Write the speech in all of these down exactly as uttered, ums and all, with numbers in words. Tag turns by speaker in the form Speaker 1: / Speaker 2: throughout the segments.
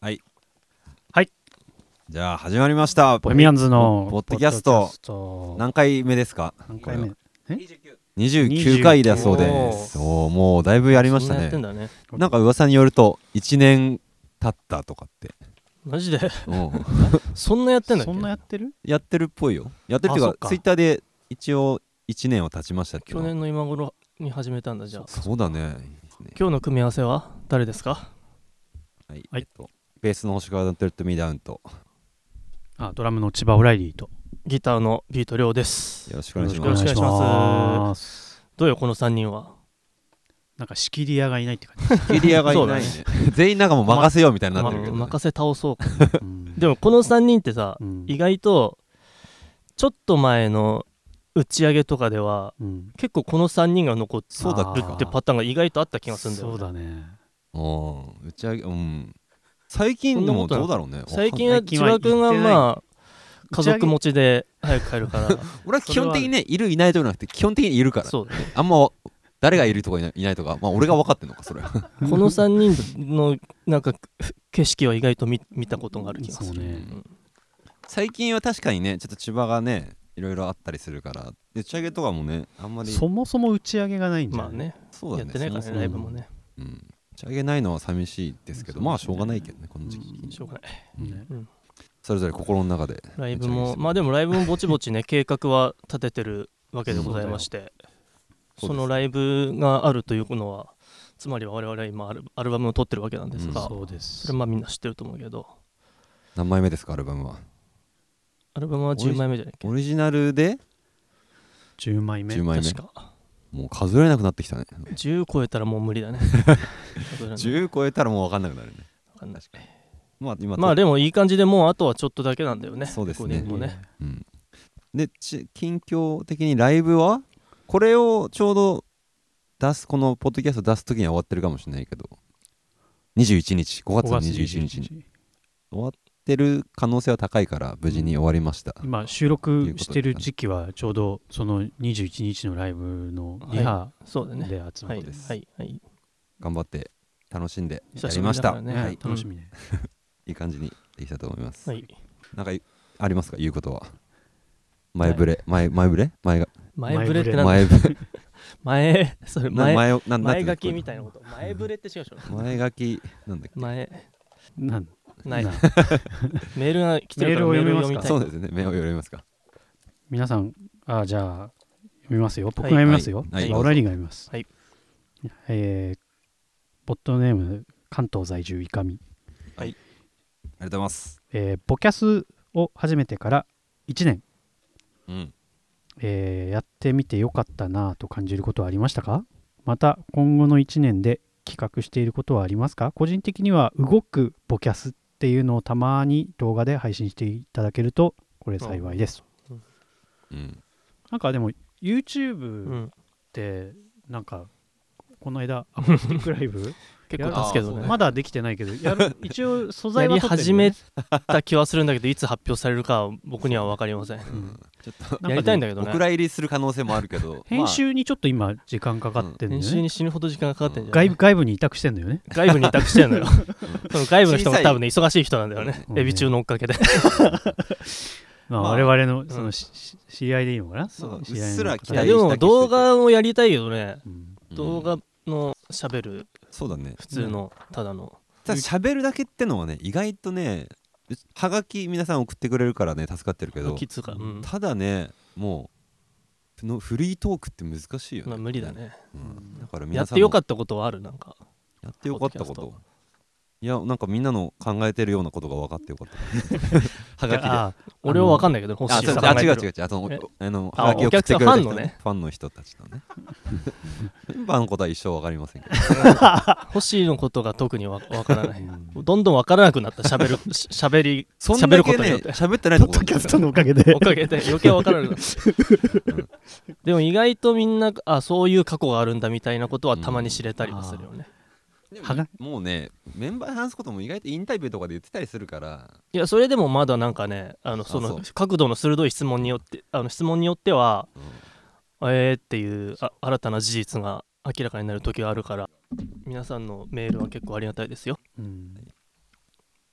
Speaker 1: はい
Speaker 2: はい
Speaker 1: じゃあ始まりました
Speaker 2: ボヘミアンズの
Speaker 1: ポッドキャスト何回目ですか？
Speaker 2: 何回目？え
Speaker 1: にじゅうきゅうかいだそうです。おーもうだいぶやりました ね,
Speaker 3: そんなやってんだね。
Speaker 1: なんか噂によるといちねん経ったとかって
Speaker 3: マジで
Speaker 1: うん
Speaker 3: そんなやってんだっけ？
Speaker 2: そんなやってる？
Speaker 1: やってるっぽいよ。やってるっていうか
Speaker 2: あそっか
Speaker 1: ツイッターで一応いちねんは経ちましたけど、
Speaker 3: 去年の今頃に始めたんだ。じゃあ
Speaker 1: そうだね。いいですね。
Speaker 3: 今日の組み合わせは誰ですか？
Speaker 1: はい、
Speaker 2: はい
Speaker 1: えっと、ベースの星川のトゥルットミーダウンと
Speaker 2: あ、ドラムの千葉オライリーと
Speaker 3: ギターのビートリョウです。
Speaker 1: よろしくお願いし
Speaker 3: よろ
Speaker 1: ます。
Speaker 3: しくお願いしますどうよこのさんにんは。
Speaker 2: なんか仕切り屋がいないって感じ。
Speaker 1: キリアがいないね全員なんかもう任せようみたいにな
Speaker 3: ま
Speaker 1: ってるけど、ね
Speaker 3: 任せ倒そうか
Speaker 2: うん
Speaker 3: でもこのさんにんってさ、
Speaker 2: うん
Speaker 3: 意外とちょっと前の打ち上げとかでは
Speaker 2: うん
Speaker 3: 結構このさんにんが残って
Speaker 1: そうだっけか
Speaker 3: るってパターンが意外とあった気がするんだよね。
Speaker 2: そうだね。
Speaker 1: うん打ち上げうん最近でもどうだろうね。
Speaker 3: 最近は
Speaker 2: 最近は
Speaker 3: 千葉君が
Speaker 2: 行ってない
Speaker 3: まあ家族持ちで早く帰るから
Speaker 1: 俺は基本的にねいるいないとかじゃなくて基本的にいるから
Speaker 3: そうだね
Speaker 1: あんま誰がいるとかいないいないとかまあ俺が分かってんのかそれは
Speaker 3: このさんにんのなんか景色は意外と 見, 見たことがある気がする。
Speaker 2: そうね
Speaker 3: ん
Speaker 1: 最近は確かにねちょっと千葉がねいろいろあったりするから打ち上げとかもねあんまり
Speaker 2: そもそも打ち上げがないんじゃない？
Speaker 3: まあね
Speaker 1: そうだね
Speaker 3: やってないからね
Speaker 1: そもそも
Speaker 3: ライブもね。
Speaker 1: うん打ち上げないのは寂しいですけど
Speaker 2: そうですね
Speaker 1: まあしょうがないけどねこの時期
Speaker 2: うん
Speaker 3: しょうがない。
Speaker 1: うん
Speaker 2: ね
Speaker 3: うん
Speaker 1: それぞれ心の中で
Speaker 3: ライブもま
Speaker 1: あ
Speaker 3: あでもライブもぼちぼちね計画は立ててるわけでございまして
Speaker 1: そ
Speaker 3: そうのライブがあるというのはつまりは我々は今アルアルバムを撮ってるわけなんですが、
Speaker 2: そうです
Speaker 3: それまあみんな知ってると思うけど
Speaker 1: 何枚目ですかアルバムは
Speaker 3: アルバムはじゅうまいめじゃないっけ？
Speaker 1: オリジナルで
Speaker 2: じゅうまいめ
Speaker 1: じゅうまいめ
Speaker 3: 確か
Speaker 1: もう数えれなくなってきたね
Speaker 3: じゅう超えたらもう無理だね
Speaker 1: じゅう超えたらもう分かんなくなるね
Speaker 3: わかんない
Speaker 1: 確かにまあ今
Speaker 3: まあでもいい感じでもうあとはちょっとだけなんだよね。
Speaker 1: そうですね
Speaker 3: レコーディングもね
Speaker 1: うんでち近況的にライブはこれをちょうど出すこのポッドキャスト出す時には終わってるかもしれないけどにじゅういちにちごがつのにじゅういちにちに終わってる可能性は高いから無事に終わりました、
Speaker 2: 今収録してる時期はちょうどそのにじゅういちにちのライブのリハ
Speaker 3: そうだね
Speaker 2: で集ま
Speaker 3: はい
Speaker 2: って
Speaker 1: です
Speaker 3: はいはい
Speaker 1: 頑張って楽しんでや
Speaker 3: 久しぶ
Speaker 1: りました、
Speaker 3: りだからね
Speaker 1: はい、
Speaker 2: 楽しみね。
Speaker 1: いい感じにできたと思います、
Speaker 3: はい
Speaker 1: なんかいありますか言うことは前触れ、前前触れ前が
Speaker 3: 前触れってなんだ
Speaker 1: 前触れ
Speaker 3: 前それ
Speaker 1: な
Speaker 3: 前
Speaker 1: 前をななんていうの
Speaker 3: 前書きみたいなこと前触れって違うでしょ。
Speaker 1: 前書きなんだっけ
Speaker 3: 前
Speaker 2: なん
Speaker 3: ない
Speaker 2: な
Speaker 3: メールが来てるから
Speaker 2: メールを
Speaker 3: メールを読みたい。
Speaker 1: そうですね目を読みますか
Speaker 2: 皆さん、あじゃあ読みますよ。僕が読みますよ。
Speaker 1: はいはい
Speaker 2: 千葉オライリーが読みます。
Speaker 3: はい
Speaker 2: えー、ボットネーム関東在住イカミ、
Speaker 1: ありがとうございます
Speaker 2: えー、ボキャスを始めてからいちねん、
Speaker 1: うん
Speaker 2: えーやってみてよかったなぁと感じることはありましたか？また今後のいちねんで企画していることはありますか？個人的には動くボキャスっていうのをたまに動画で配信していただけるとこれ幸いです。
Speaker 1: うん
Speaker 2: なんかでも
Speaker 3: う
Speaker 2: YouTube
Speaker 3: ん
Speaker 2: ってなんかこの間アコースティックライブ
Speaker 3: 結構経つけどね。
Speaker 2: まだできてないけどやる一応素材
Speaker 3: やり
Speaker 2: は撮ってる
Speaker 3: 始め
Speaker 2: よね。
Speaker 3: た気はするんだけどいつ発表されるかは僕には分かりません。
Speaker 2: うん
Speaker 1: ちょっと
Speaker 3: やりたいんだけどね
Speaker 1: お。蔵入りする可能性もあるけど
Speaker 2: 編集にちょっと今時間かかってんだよね。
Speaker 3: 編集に死ぬほど時間がかかってんじゃない？
Speaker 2: 外部外部に委託してんだよね。
Speaker 3: 外部に委託してんのよ。その外部の人が多分ね忙しい人なんだよね。
Speaker 2: うん
Speaker 3: エビ中の追っかけで。
Speaker 2: まあ、
Speaker 1: まあ
Speaker 2: 我々の
Speaker 3: ん
Speaker 2: そのしし知り合いでいいのかな？
Speaker 1: そう
Speaker 2: 知り合いの
Speaker 1: うっすら期
Speaker 3: いや
Speaker 1: 待
Speaker 3: でも動画をやりたいけどね。
Speaker 2: うん
Speaker 1: うん
Speaker 3: 動画の喋る
Speaker 1: そうだね
Speaker 3: 普通のただの。
Speaker 1: ただ喋るだけってのはね意外とねはがき皆さん送ってくれるからね助かってるけど
Speaker 3: きつか。うん。
Speaker 1: ただねもうのフリートークって難しいよね
Speaker 3: まあ無理だね。
Speaker 1: うんだから
Speaker 3: やっ
Speaker 1: 皆さんっ
Speaker 3: てよかったことはあるなんか。
Speaker 1: やってよかったこと
Speaker 3: ポッドキャス
Speaker 1: いやなんかみんなの考えてるようなことが分かってよかったはがきで
Speaker 2: あ
Speaker 3: 俺は分かんないけど欲しい
Speaker 1: あそう
Speaker 3: さ考えてる
Speaker 1: あ違う違う違うあその
Speaker 3: え
Speaker 1: あの
Speaker 3: あ
Speaker 1: はがきを送ってくれた人
Speaker 3: お客さんファンのね
Speaker 1: ファンの人たちのねメンバーのことは一生分かりませんけど
Speaker 3: 星のことが特にわ分からない。
Speaker 2: うん
Speaker 3: どんどん分からなくなった喋るし喋り
Speaker 1: そん
Speaker 3: 喋
Speaker 1: だけね
Speaker 3: ることによって。
Speaker 1: 喋ってないとこ
Speaker 2: ポッドキャストのおかげで
Speaker 3: おかげで余計分からなくなった。でも意外とみんなあそういう過去があるんだみたいなことはたまに知れたりもするよね。
Speaker 1: でも
Speaker 2: はが
Speaker 1: もうねメンバーで話すことも意外とインタビューとかで言ってたりするから
Speaker 3: いやそれでもまだなんかねあのその
Speaker 1: あそう
Speaker 3: 角度の鋭い質問によってあの質問によっては
Speaker 1: うん
Speaker 3: えーっていうあ新たな事実が明らかになる時があるから皆さんのメールは結構ありがたいですよ。
Speaker 2: うん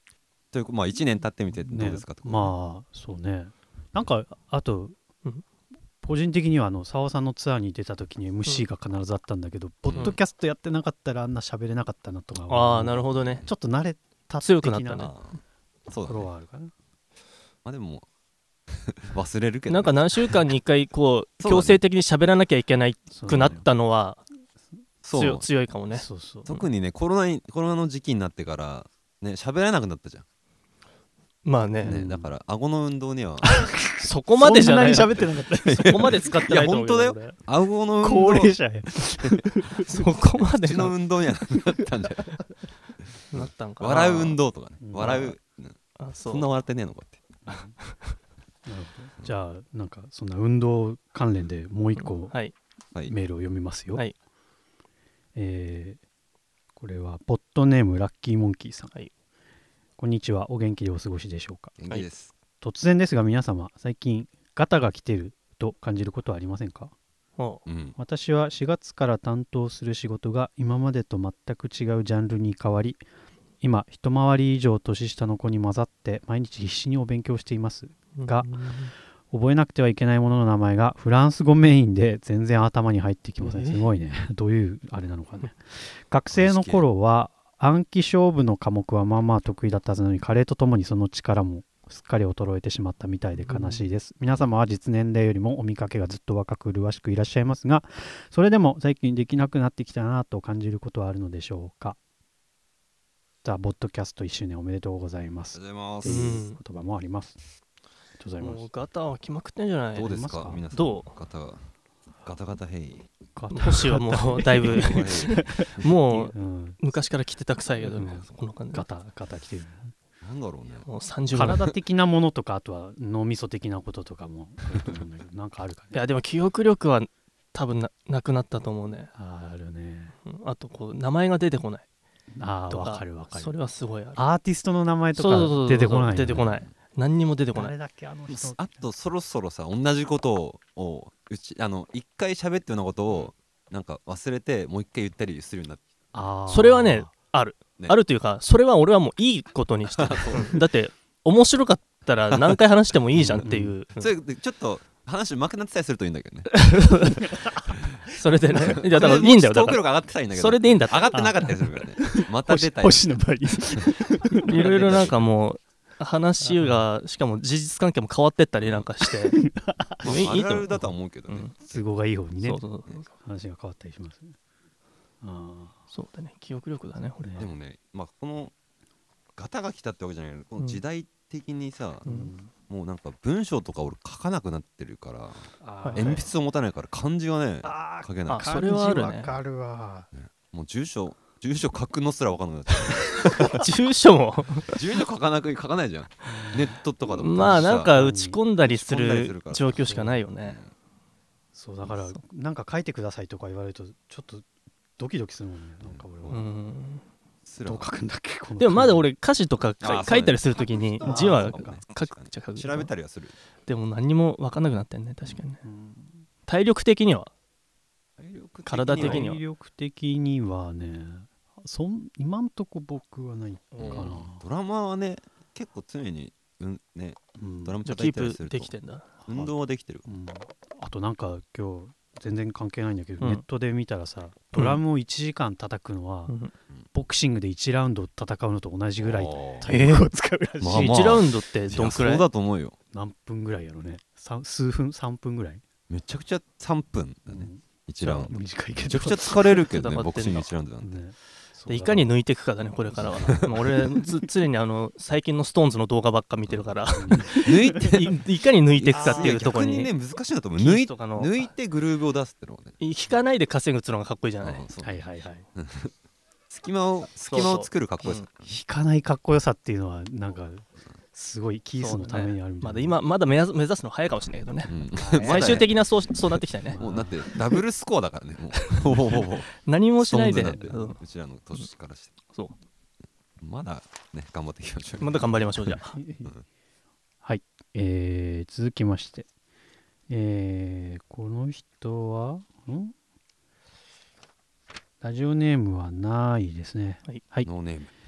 Speaker 1: というまあいちねん経ってみてどうですかってことね。
Speaker 2: まあそうね。なんかあと、
Speaker 3: うん
Speaker 2: 個人的にはあの沢さんのツアーに出た時に エムシー が必ずあったんだけど、ポッドキャストやってなかったらあんな喋れなかったなとか、
Speaker 3: ああなるほどね。
Speaker 2: ちょっと慣れた
Speaker 3: 強くなったね
Speaker 1: あーそう
Speaker 2: と
Speaker 1: だね。
Speaker 2: ころはあるかな。
Speaker 1: まあでも忘れるけどね、
Speaker 3: なんか何週間にいっかいこう
Speaker 1: そうだね
Speaker 3: 強制的に喋らなきゃいけないくなったのは
Speaker 1: そう
Speaker 3: 強強いかもね。
Speaker 2: そうそう。
Speaker 1: 特にねコロナにコロナの時期になってからね喋れなくなったじゃん、
Speaker 3: まあね、
Speaker 1: ね、だから顎の運動には
Speaker 3: そこまでじゃない
Speaker 2: そんなに喋ってなかった。
Speaker 3: そこまで使ってないと思うけど
Speaker 1: いや本
Speaker 3: 俺
Speaker 1: 顎の運動
Speaker 2: 高齢者や。
Speaker 3: そこまで
Speaker 1: 口の運動にはなったんじゃない
Speaker 3: なったんかな。
Speaker 1: 笑う運動とかね、
Speaker 2: うん
Speaker 1: 笑う、
Speaker 3: あそう
Speaker 1: そんな笑ってねえのかって。
Speaker 2: なるほど。じゃあなんかそんな運動関連でもう一個
Speaker 3: はい
Speaker 1: はい
Speaker 2: メールを読みますよ。
Speaker 3: はい
Speaker 2: えーこれはポッドネームラッキーモンキーさん、
Speaker 3: はい、
Speaker 2: こんにちは。お元気でお過ごしでしょうか。
Speaker 1: 元気です、
Speaker 2: 突然ですが皆様、最近ガタが来てると感じることはありませんか？
Speaker 3: も
Speaker 1: うん
Speaker 2: 私はしがつから担当する仕事が今までと全く違うジャンルに変わり、今一回り以上年下の子に混ざって毎日必死にお勉強しています
Speaker 3: う
Speaker 2: が、覚えなくてはいけないものの名前がフランス語メインで全然頭に入ってきません。
Speaker 3: え
Speaker 2: すごいね。どういうあれなのかね。学生の頃は暗記勝負の科目はまあまあ得意だったはずなのに、加齢とともにその力もすっかり衰えてしまったみたいで悲しいです。皆様は実年齢よりもお見かけがずっと若く麗しくいらっしゃいますが、それでも最近できなくなってきたなと感じることはあるのでしょうか。ザ・ボッドキャストいっしゅうねんおめでとうございます。
Speaker 1: ありがとうございま
Speaker 2: って
Speaker 1: す、
Speaker 2: いう言葉もあります。ありがとうございます。
Speaker 3: もうガタは来まくってんじゃない？
Speaker 1: どうです
Speaker 2: ありますか
Speaker 1: か皆さん。
Speaker 3: どう
Speaker 1: ガタがガタガタヘイ
Speaker 2: ガタ
Speaker 3: 星はもうだいぶもう
Speaker 2: うん、
Speaker 3: 昔から来てたくさいけど、
Speaker 2: うん
Speaker 3: この感じ
Speaker 2: ガタガタ来てる。
Speaker 1: なんだろうね。
Speaker 3: もうさんじゅうぐらい。
Speaker 2: 体的なものとか、あとは脳みそ的なこととかもあると思うんだけど、なんかあるかね。
Speaker 3: いやでも記憶力は多分 な, なくなったと思うね、
Speaker 2: あるね。
Speaker 3: うんあとこう名前が出てこない
Speaker 2: ああ、
Speaker 3: とか
Speaker 2: わかるわかる。
Speaker 3: それはすごいある。
Speaker 2: アーティストの名前と
Speaker 3: そうそうそうそう
Speaker 2: か出てこないよね。
Speaker 3: 出てこない。何にも出てこない。
Speaker 2: 誰だっけあの人。
Speaker 1: あとそろそろさ同じことをうちあの一回喋ったようなことをなんか忘れてもう一回言ったりするようになって、
Speaker 2: あー
Speaker 3: それはねある、
Speaker 1: ね
Speaker 3: あるというかそれは俺はもういいことにしてるだって面白かったら何回話してもいいじゃんっていう、うん
Speaker 1: それでちょっと話上手くなってたりするといいんだけどね。
Speaker 3: それでねいやだからいいんだよだから
Speaker 1: トーク力上がってたらいいんだけど
Speaker 3: それでいいんだって
Speaker 1: 上がってなかったりするからね。また出たり
Speaker 2: 星の場合。
Speaker 3: いろいろなんかもう話がしかも事実関係も変わってったりなんかして
Speaker 1: まあ
Speaker 3: いいいいと思う
Speaker 1: あるあるだとは思うけどね、
Speaker 3: うん
Speaker 2: 都合がいい方にね
Speaker 3: そう、そうそう
Speaker 2: 話が変わったりしますね。あ
Speaker 3: そうだね記憶力だねこれ、
Speaker 2: ね
Speaker 1: でもね、まあ、このガタが来たってわけじゃないけどこの時代的にさ、
Speaker 2: ー、
Speaker 3: う
Speaker 2: うんん
Speaker 1: もうなんか文章とか俺書かなくなってるから
Speaker 2: あー
Speaker 1: 鉛筆を持たないから漢字はね
Speaker 2: あー
Speaker 1: 書けない
Speaker 3: あそれはあるね
Speaker 2: 漢字わかるわ。
Speaker 1: もう住所住所書くのすら分かんなくなっちゃ
Speaker 3: 住所も
Speaker 1: う住所書かなく書かないじゃんネットとかでも
Speaker 3: まあなんか
Speaker 2: うん
Speaker 3: 打ち込んだりす
Speaker 1: 打ち込んだりする
Speaker 3: る
Speaker 1: から
Speaker 3: 状況しかないよね。
Speaker 2: そうだからなんか書いてくださいとか言われるとちょっとドキドキするもんね。なんか俺
Speaker 3: う
Speaker 2: は、
Speaker 3: ん
Speaker 1: すら
Speaker 2: どう書くんだっけこの
Speaker 3: でもまだ俺歌詞とか
Speaker 1: あーそうね
Speaker 3: 書いたりするときに
Speaker 2: あー
Speaker 3: 字は
Speaker 2: そうかもね
Speaker 3: 書くっちゃ書く
Speaker 1: 調べたりはする
Speaker 3: でも何にも分かんなくなってんね確かにね。
Speaker 2: うん
Speaker 3: 体力的には体的には
Speaker 2: 体力的にはねそん今んとこ僕はないかな、
Speaker 1: ドラマはね結構常にうんね
Speaker 2: うん
Speaker 1: ドラム
Speaker 3: じゃあキープ
Speaker 1: 叩いたりすると
Speaker 3: できてんだ。
Speaker 1: 運動はできてる
Speaker 2: うんあとなんか今日全然関係ないんだけど、
Speaker 3: うん
Speaker 2: ネットで見たらさドラムをいちじかん叩くのは、
Speaker 3: うん
Speaker 2: ボクシングでいちラウンド戦うのと同じぐらい
Speaker 1: あー
Speaker 2: 体力を使うらしい、
Speaker 1: まあまあ
Speaker 3: いちラウンドってどんくらい
Speaker 1: いやそうだと思うよ
Speaker 2: 何分ぐらいやろねさん数分さんぷんぐらい、
Speaker 1: めちゃくちゃさんぷんだね
Speaker 2: うん
Speaker 1: いちラウンド
Speaker 2: 短いけど
Speaker 1: めちゃくちゃ疲れるけど
Speaker 3: 戦ってんだ
Speaker 1: ねボクシングいちラウンドなんて
Speaker 2: ね
Speaker 3: でいかに抜いていくかだねこれからは。まあ俺ず常にあの最近のストーンズの動画ばっか見てるから
Speaker 1: 抜いて
Speaker 3: いいかに抜いていくかっていうところに
Speaker 1: 逆にね難しいなと思う
Speaker 3: キー
Speaker 1: 抜い
Speaker 3: スとかの
Speaker 1: 抜いてグルーヴを出すってのはね
Speaker 3: 引かないで稼ぐっていうのがかっこいいじゃない。
Speaker 1: うんそう
Speaker 2: はいはいはい
Speaker 1: 隙間を隙間を作るかっこよさ
Speaker 2: 引かないかっこよさっていうのはなんかすごいキースのためにあるみたいな、
Speaker 3: まだ今まだ目指す目指すの早いかもしれないけどね。
Speaker 1: うん
Speaker 3: 最終的にはそうそうなってきたよね。
Speaker 1: もうだってダブルスコアだからねもうほぼほぼ
Speaker 3: 何もしないで、
Speaker 1: ストーンズなん
Speaker 3: うん
Speaker 1: てうちらの年からして
Speaker 3: そう
Speaker 1: まだね頑張っていきましょう
Speaker 3: まだ頑張りましょうじゃあ。
Speaker 2: はい、えー、続きまして、えー、この人はんラジオネームはないですね。
Speaker 3: はい
Speaker 2: はい、
Speaker 1: ノーネーム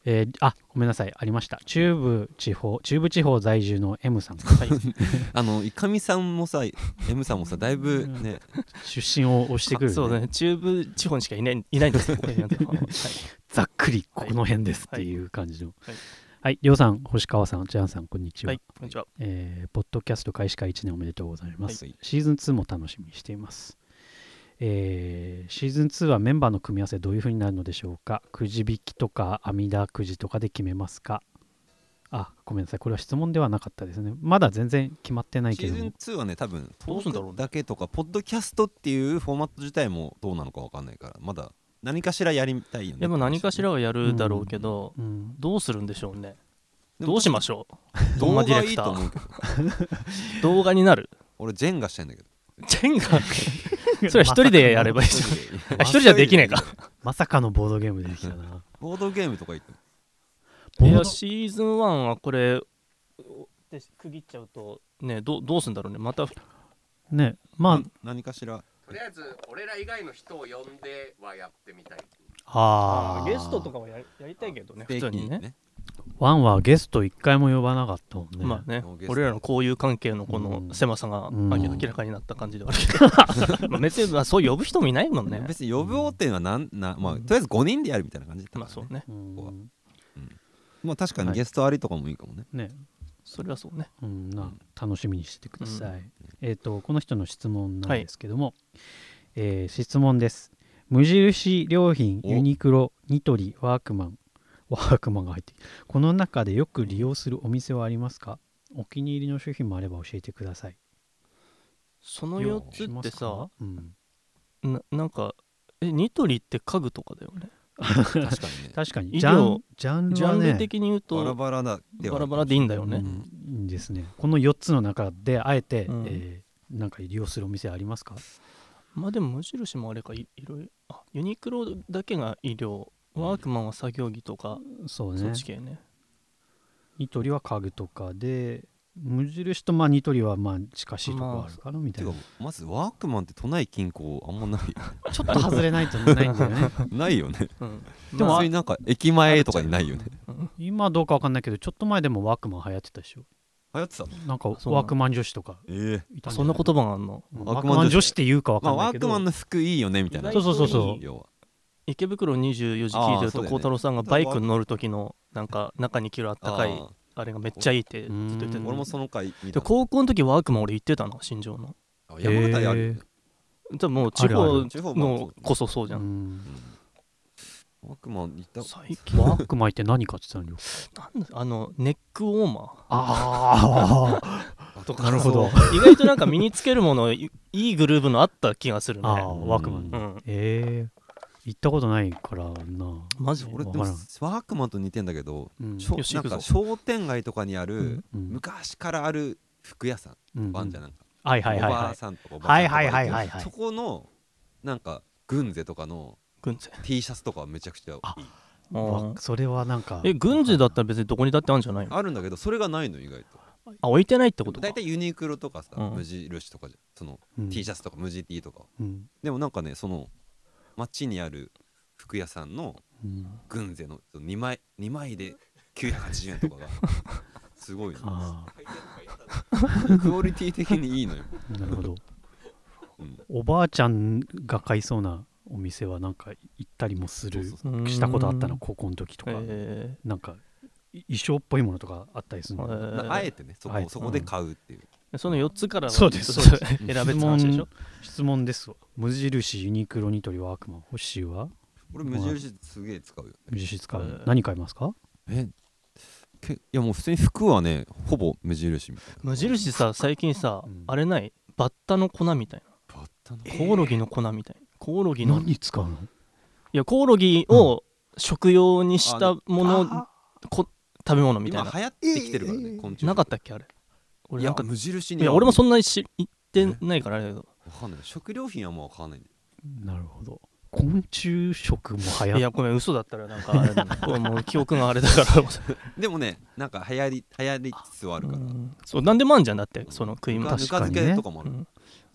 Speaker 2: えー、あごめんなさいありました。中部地方中部地方在住の M さん、はい、
Speaker 1: あのいかみさんもさ M さんもさだいぶね
Speaker 2: 出身を押してくる、ね、
Speaker 3: そうね、中部地方にしかいないいないんですよ、はい、
Speaker 2: ざっくりこの辺ですっていう感じの、
Speaker 3: はい
Speaker 2: はい、りょうさん、星川さん、ジャンさん、こんにちは。
Speaker 3: はい、こんにちは。
Speaker 2: えー、ポッドキャスト開始からいちねんおめでとうございます。
Speaker 1: はい、
Speaker 2: シーズンツーも楽しみにしています。えー、シーズンツーはメンバーの組み合わせどういう風になるのでしょうか。くじ引きとか阿弥陀くじとかで決めますか。あ、ごめんなさい、これは質問ではなかったですね。まだ全然決まってないけども。
Speaker 1: シーズンツーはね多分
Speaker 3: どうすんだろうね
Speaker 1: だけとかポッドキャストっていうフォーマット自体もどうなのか分かんないからまだ何かしらやりたいよね。
Speaker 3: でも何かしらはやるだろうけど、
Speaker 2: うん、
Speaker 3: どうするんでしょうね。
Speaker 1: でも
Speaker 3: どうしましょう。
Speaker 1: 動画
Speaker 3: 動画ディレクタ
Speaker 1: いいと思う
Speaker 3: ー
Speaker 1: けど
Speaker 3: 動画になる。
Speaker 1: 俺ジェンガしたいんだけど。
Speaker 3: ジェンガそれは一人でやればいいじゃん。一人じゃできねえか。
Speaker 2: まさかのボードゲームできたな。
Speaker 1: ボードゲームとか言って
Speaker 2: ボード
Speaker 3: いやシーズンワンはこれで区切っちゃうとね、ど, どうすんだろうね。また
Speaker 2: ね、まあ
Speaker 1: な何かしら
Speaker 4: とりあえず俺ら以外の人を呼んではやってみたい。
Speaker 2: あ
Speaker 3: ゲストとかは や, やりたいけどね、普通にね。
Speaker 2: ワンはゲスト一回も呼ばなかったもんね。
Speaker 3: まあね
Speaker 1: ゲスト
Speaker 3: 俺らの交友関係のこの狭さが
Speaker 2: うん
Speaker 3: 明らかになった感じではあるけど、まあ別にまあそう呼ぶ人もいないもんね。
Speaker 1: 別に呼ぶっていうのはなんな、まあ、とりあえずごにんでやるみたいな感じだったから、ね、
Speaker 3: まあそうね。
Speaker 2: うん
Speaker 1: ここはまあ確かにゲストありとかもいいかもね、
Speaker 2: ね、
Speaker 3: それはそうね。
Speaker 2: うんな楽しみにしててください。
Speaker 3: うん
Speaker 2: えっ、とこの人の質問なんですけども、えー質問です。無印良品、
Speaker 1: お
Speaker 2: ユニクロ、ニトリ、ワークマン、ワークマンが入っている。この中でよく利用するお店はありますか？お気に入りの商品もあれば教えてください。
Speaker 3: そのよっつってさ
Speaker 2: しますか、うん、
Speaker 3: な, なんかえニトリって家具とかだよね。
Speaker 1: 確かにね
Speaker 2: 確かに
Speaker 3: 医
Speaker 2: ジャ
Speaker 3: 療
Speaker 2: ンジャン
Speaker 3: ジ
Speaker 2: ルはね
Speaker 3: ャンル的に言うと
Speaker 1: バラバラだでは
Speaker 3: バラバラでいいんだよね。
Speaker 2: うんいいんですね。このよっつの中であえて、
Speaker 3: うん
Speaker 2: えーなんか利用するお店ありますか？
Speaker 3: まあでも無印もあれか い, いろいろあユニクロだけが医療、ワークマンは作業着とか、
Speaker 2: そうね
Speaker 3: そっち。系ね。
Speaker 2: ニトリは家具とかで、無印とまあニトリはまあ近しいところあるかなみたいな。
Speaker 1: てかまずワークマンって都内近郊あんまないよ
Speaker 2: ちょっと外れないとないんだよね。
Speaker 1: ないよね
Speaker 3: うん、
Speaker 2: でも
Speaker 3: まあ
Speaker 1: 普通になんか駅前とかにないよね
Speaker 2: 今どうかわかんないけど、ちょっと前でもワークマン流行ってたでしょ。
Speaker 1: 流行ってたの
Speaker 2: なんか
Speaker 3: そうなの
Speaker 2: ワークマン女子とか
Speaker 1: ええ
Speaker 2: いたんじゃない
Speaker 3: そんな言葉があるの。
Speaker 2: うん
Speaker 1: ワークマン女子
Speaker 2: ワークマン女子って言うかわ
Speaker 1: まあワーク
Speaker 2: かんないけど、
Speaker 1: マンの服いいよねみたいな
Speaker 3: そう
Speaker 2: そうそうそう
Speaker 1: 要は
Speaker 3: 池袋にじゅうよじ聞いてると
Speaker 1: あーそうだよね
Speaker 3: 孝太郎さんがバイクに乗る時のなんか中に着るあったかい
Speaker 1: あ
Speaker 3: あれがめっちゃいいってずっと言ってた
Speaker 2: うん
Speaker 1: ー俺もその回見た
Speaker 3: で高校の時ワークマン俺行ってたな、新庄の。
Speaker 1: あ山形にあるよね
Speaker 3: じゃあもう地
Speaker 2: あるあ
Speaker 3: 方
Speaker 2: る
Speaker 1: 地方も
Speaker 3: のこそそうじゃ。
Speaker 2: うんん
Speaker 1: ワークマン行った
Speaker 3: 最近
Speaker 2: ワークマンって何かって言ってたのよ。
Speaker 3: なんだあのネックウォーマー
Speaker 2: ああ
Speaker 3: とか
Speaker 2: なるほど
Speaker 3: 意外となんか身につけるものいいいグルーヴのあった気がするね。
Speaker 2: あーワークマン、
Speaker 3: うん、
Speaker 2: ええ行ったことないからな。
Speaker 3: マジ
Speaker 1: 俺でも
Speaker 2: わからん
Speaker 1: ワークマンと似てんだけど
Speaker 2: うん
Speaker 1: しょ
Speaker 3: よし行くぞ
Speaker 1: なんか商店街とかにある
Speaker 2: うん
Speaker 1: 昔からある服屋さん
Speaker 2: うん
Speaker 1: バンじゃんなんか
Speaker 2: はいはいはい
Speaker 1: おばあ
Speaker 2: はい
Speaker 1: さんとかおばあちゃんとか
Speaker 2: はいはいはいはいはい
Speaker 1: そこのなんか軍勢とかの
Speaker 3: 軍勢
Speaker 1: T シャツとかはめちゃくちゃいい
Speaker 2: あ
Speaker 3: あー
Speaker 2: わそれはなんか
Speaker 3: え軍勢だったら別にどこにだってあるんじゃないの？
Speaker 1: あるんだけどそれがないの意外と
Speaker 3: あ置いてないってことか。
Speaker 1: 大体ユニクロとかさ
Speaker 3: うん
Speaker 1: 無印とかじゃんその
Speaker 2: うん
Speaker 1: T シャツとか無地 T とか
Speaker 2: うん
Speaker 1: でもなんかねその街にある服屋さんの
Speaker 2: うん
Speaker 1: 軍勢のにまいにまいできゅうひゃくはちじゅうえんとかがすごいの
Speaker 2: あ
Speaker 1: クオリティ的にいいのよ、
Speaker 2: あなるほど
Speaker 1: うん
Speaker 2: おばあちゃんが買いそうなお店はなんか行ったりもする
Speaker 1: そうそう
Speaker 3: うーん
Speaker 2: したことあったの高校の時とか、
Speaker 3: え
Speaker 2: なんかい衣装っぽいものとかあったりする
Speaker 3: ー
Speaker 2: の、
Speaker 3: えー
Speaker 1: なあえてねそ
Speaker 2: あえて
Speaker 1: こそこで買うっていう
Speaker 3: そのよっつからは
Speaker 2: そうです
Speaker 3: ちょっと
Speaker 2: そう
Speaker 3: 選べって話でしょ。
Speaker 2: 質問ですわ。無印ユニクロニトリワークマン欲しいは
Speaker 1: 俺無印すげえ使うよ
Speaker 2: 無印使う、
Speaker 3: えー
Speaker 2: 何買いますか？
Speaker 1: えけいやもう普通に服はねほぼ無印みたいな
Speaker 3: 無印さ最近さ、
Speaker 2: うん
Speaker 3: あれないバッタの粉みたい
Speaker 1: バッタの
Speaker 3: なコオロギの粉みたいなコオロギのい
Speaker 2: 何使うの？
Speaker 3: やコオロギを食用にしたもの、
Speaker 2: あ
Speaker 3: こ食べ物みたいな
Speaker 1: 今流行ってきてるからね昆虫
Speaker 3: なかったっけあれ。俺
Speaker 1: いや
Speaker 3: なんか
Speaker 1: 無印に
Speaker 3: いや俺もそ
Speaker 1: ん
Speaker 3: んなに知ってないからあれだけど
Speaker 1: わかんない食料品はもうわかんないんだよ
Speaker 2: なるほど。昆虫食も流行っ
Speaker 3: いやごめん嘘だったらなんかあれだなこれもう記憶があれだから
Speaker 1: でもねなんか流行り流行りつつはあるから
Speaker 3: うんそうなんでもあんじゃんだってその食い物
Speaker 1: ぬか
Speaker 2: 確かにね
Speaker 1: ぬか漬けとかもある
Speaker 3: うん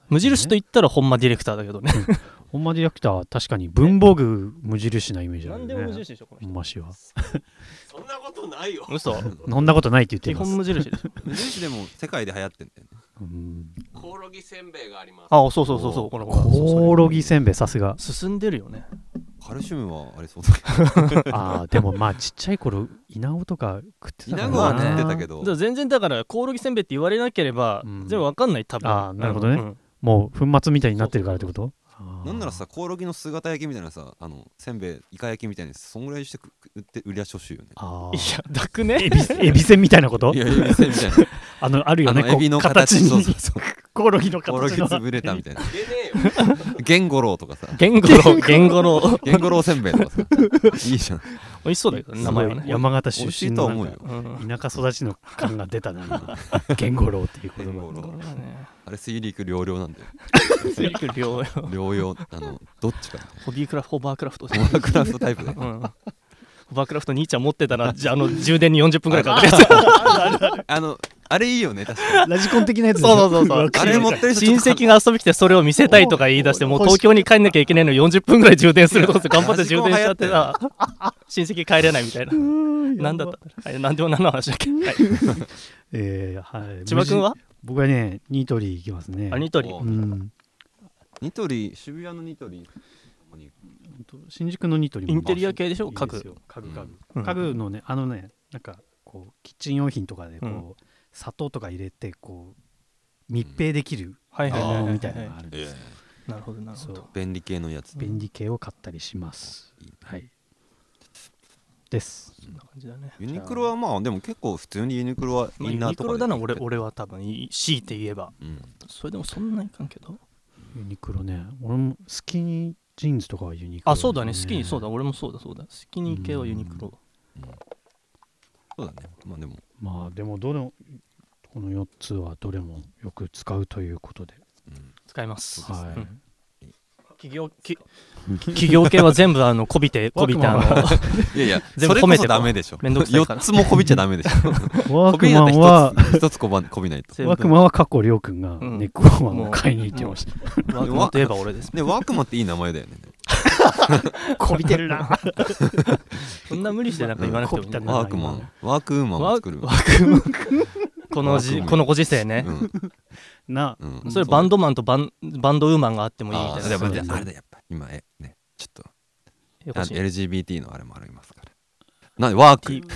Speaker 3: 無印と言ったら本間ディレクターだけどね
Speaker 2: 本間ディレクターは確かに文房具無印なイメージあるよね。
Speaker 3: 何でも無印でしょこの人。
Speaker 2: 本間氏は。
Speaker 4: そんなことないよ。
Speaker 3: 嘘
Speaker 2: そんなことないって言って
Speaker 3: 基
Speaker 2: ます。
Speaker 3: 本無印でしょ
Speaker 1: 無印でも世界で流行ってんだよね。
Speaker 2: うん
Speaker 4: コオロギせんべいがあります。
Speaker 3: あそうそうそうそうこの
Speaker 2: コオロギせんべいさすが。
Speaker 3: 進んでるよね。
Speaker 1: カルシウムはありそうだけど。
Speaker 2: ああでもまあちっちゃい頃イナゴとか食ってたからな。
Speaker 1: イナゴは食ってたけど
Speaker 3: だから全然だからコオロギせんべいって言われなければ、
Speaker 2: うん
Speaker 3: 全然わかんない多分。
Speaker 2: あーなるほどね
Speaker 3: うん
Speaker 2: もう粉末みたいになってるからってこと？あー
Speaker 1: なんならさコオロギの姿焼きみたいなさあのせんべいイカ焼きみたいにそんぐらいしてく売って売り出してほしいよね。
Speaker 2: あ
Speaker 3: いやだくね
Speaker 2: エビエビせんみたいなこと
Speaker 1: い？やエビせんみたいな。
Speaker 2: あのあるよね
Speaker 1: あのエビの
Speaker 2: こう
Speaker 1: 形
Speaker 2: に
Speaker 1: そうそうそう。
Speaker 2: コオロギの
Speaker 1: コオロギ
Speaker 2: 形の
Speaker 1: 潰れたみたいな。
Speaker 4: 出ねえよ。
Speaker 1: ゲンゴロウとかさ。
Speaker 3: ゲンゴロウゲンゴロウ
Speaker 1: ゲンゴロウせんべいとかさ。いいじゃん。
Speaker 3: 美味しそうだけどね名前はね。
Speaker 2: 山形
Speaker 1: 美味し
Speaker 2: 出身の
Speaker 1: いとは思うよ。
Speaker 3: うん
Speaker 2: 田舎育ちの感が出たな今ゲンゴロウっていう言葉
Speaker 1: ゲンゴロウ
Speaker 3: そうだね
Speaker 1: あれ水陸両用なんだよ。
Speaker 3: 水陸両用
Speaker 1: 両用あのどっちか。
Speaker 3: ホビークラフトホバークラフト
Speaker 1: ホバークラフトタイプで。
Speaker 3: うんホバークラフト兄ちゃん持ってたらじゃああの充電によんじゅっぷんくらいかかるやつ
Speaker 1: あのあれいいよね確かに。
Speaker 2: ラジコン的なやつでしょ
Speaker 3: そうそうそうそう
Speaker 1: あれ持ってる人
Speaker 3: 親戚が遊び来てそれを見せたいとか言い出してもう東京に帰んなきゃいけないのよんじゅっぷんぐらい充電するとかって頑張って充電しちゃってさ親戚帰れないみたいななんだったんだろうはいなんでも何の話だっけ、はい、
Speaker 2: えーはい
Speaker 3: 千葉君は
Speaker 2: 僕はねニトリ行きますね
Speaker 3: あニトリ
Speaker 1: お
Speaker 2: うん
Speaker 1: ニトリ渋谷のニトリ
Speaker 2: 新宿のニトリも
Speaker 3: インテリア系でしょ
Speaker 2: いい
Speaker 3: 家具
Speaker 2: ですよ家具家具、
Speaker 3: うん
Speaker 2: 家具のねあのねなんかこうキッチン用品とかでこう、
Speaker 3: うん
Speaker 2: 砂糖とか入れてこう密閉できる
Speaker 3: はいはいはいはい
Speaker 2: ものみたいなのがあるん
Speaker 1: え
Speaker 2: です、
Speaker 1: え
Speaker 3: なるほどなるほ
Speaker 2: そう
Speaker 3: ど
Speaker 1: 便利系のやつ。
Speaker 2: 便利系を買ったりします
Speaker 1: いいね
Speaker 2: はいです
Speaker 3: そんな感じだね
Speaker 1: ユニクロはまあでも結構普通にユニクロは
Speaker 3: まあユ
Speaker 1: インナーとかで
Speaker 3: ニクロだな俺俺は多分いい強いて言えば
Speaker 1: うん
Speaker 3: それでもそんなにいかんけど
Speaker 2: ユニクロね俺もスキニージーンズとかはユニクロ、
Speaker 3: あそうだねスキニーそうだ俺もそうだそうだスキニー系はユニクロ
Speaker 1: そうだねまあでも
Speaker 2: まあでもどのこのよっつはどれもよく使うということで、
Speaker 1: うん
Speaker 3: 使います
Speaker 2: は
Speaker 3: うん企業き企業系は全部あのこびてこびてあの
Speaker 2: ワ
Speaker 1: いやいや
Speaker 3: 全
Speaker 1: それこそ
Speaker 3: 部褒めてこう
Speaker 1: ダメでしょ
Speaker 3: めんどくさいから
Speaker 1: よっつもこびちゃダメでしょ
Speaker 2: い、ワーク
Speaker 1: こびだっ
Speaker 2: マンは
Speaker 1: たら一つ一つこばこびないと
Speaker 3: 全部
Speaker 2: ワークマンは過去りょうくんが
Speaker 3: うん
Speaker 2: ネックウォーマーを買いに行ってました、
Speaker 3: ワークマンといえば俺です
Speaker 1: でワークマンっていい名前だよね
Speaker 2: こびてるな
Speaker 3: そんな無理してなんか言わなくてもいいんだよ
Speaker 2: こびたな
Speaker 1: ワークマンワークウーマンを作る
Speaker 3: ワークマンこの
Speaker 1: ワークマン
Speaker 3: じこのご時世ね
Speaker 1: うん
Speaker 2: な
Speaker 1: うん
Speaker 3: それバンドマンとバンバンドウーマンがあってもいいみたいな
Speaker 1: あーでも
Speaker 2: そう
Speaker 1: あれだやっぱ今えねちょっとあ
Speaker 3: よこしい
Speaker 1: エルジービーティー のあれもありますからなんでワーク
Speaker 3: T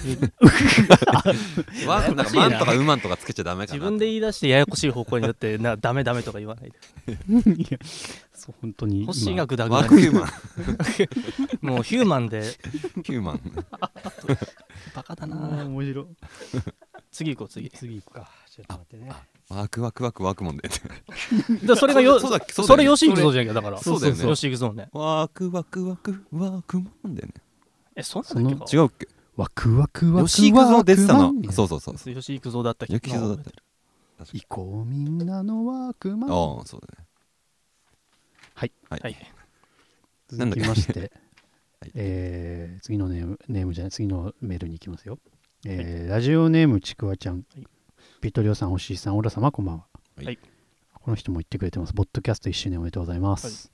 Speaker 1: ワークなんかマンとかウーマンとかつけちゃダメかな
Speaker 3: 自分で言い出してややこしい方向によってなダメダメとか言わないで
Speaker 2: いやそう本当に今
Speaker 3: 星がグダグ
Speaker 1: ワ
Speaker 3: ダに
Speaker 1: ークヒューマン
Speaker 3: もうヒューマンで
Speaker 1: ヒューマン
Speaker 3: バカだ
Speaker 2: あー
Speaker 3: な
Speaker 2: 面白い
Speaker 3: 次行こう次
Speaker 2: 次行くかちょっと待ってね
Speaker 1: ワークワクワクワークモンで
Speaker 3: でそれがよ
Speaker 1: そうだっけ
Speaker 3: そ
Speaker 1: そうだよね
Speaker 3: れヨシ行くぞじゃんけだから
Speaker 1: そうだよね
Speaker 3: ヨシ行くぞね
Speaker 1: ワークワクワクワークモンだよね
Speaker 3: えそんなんだっけ
Speaker 1: 違うっけ
Speaker 2: ワクワクワク
Speaker 1: 吉幾三出てたの
Speaker 2: ワークマン
Speaker 1: そうそうそうそう
Speaker 3: ヨシ行くぞだったっけ
Speaker 1: 吉幾三だった
Speaker 2: 行こうみんなのワークマン
Speaker 1: ああそうだね
Speaker 2: はい
Speaker 1: はい、
Speaker 3: はい
Speaker 2: 続きまして、
Speaker 1: はい
Speaker 2: えー次のネームネームじゃない次のメールに行きますよ、えーラジオネームちくわちゃん、
Speaker 3: はい
Speaker 2: ピトリオさんおしいさんオラ様こんばんは、
Speaker 1: はい
Speaker 2: この人も言ってくれてますボッドキャストいっしゅうねんおめでとうございます、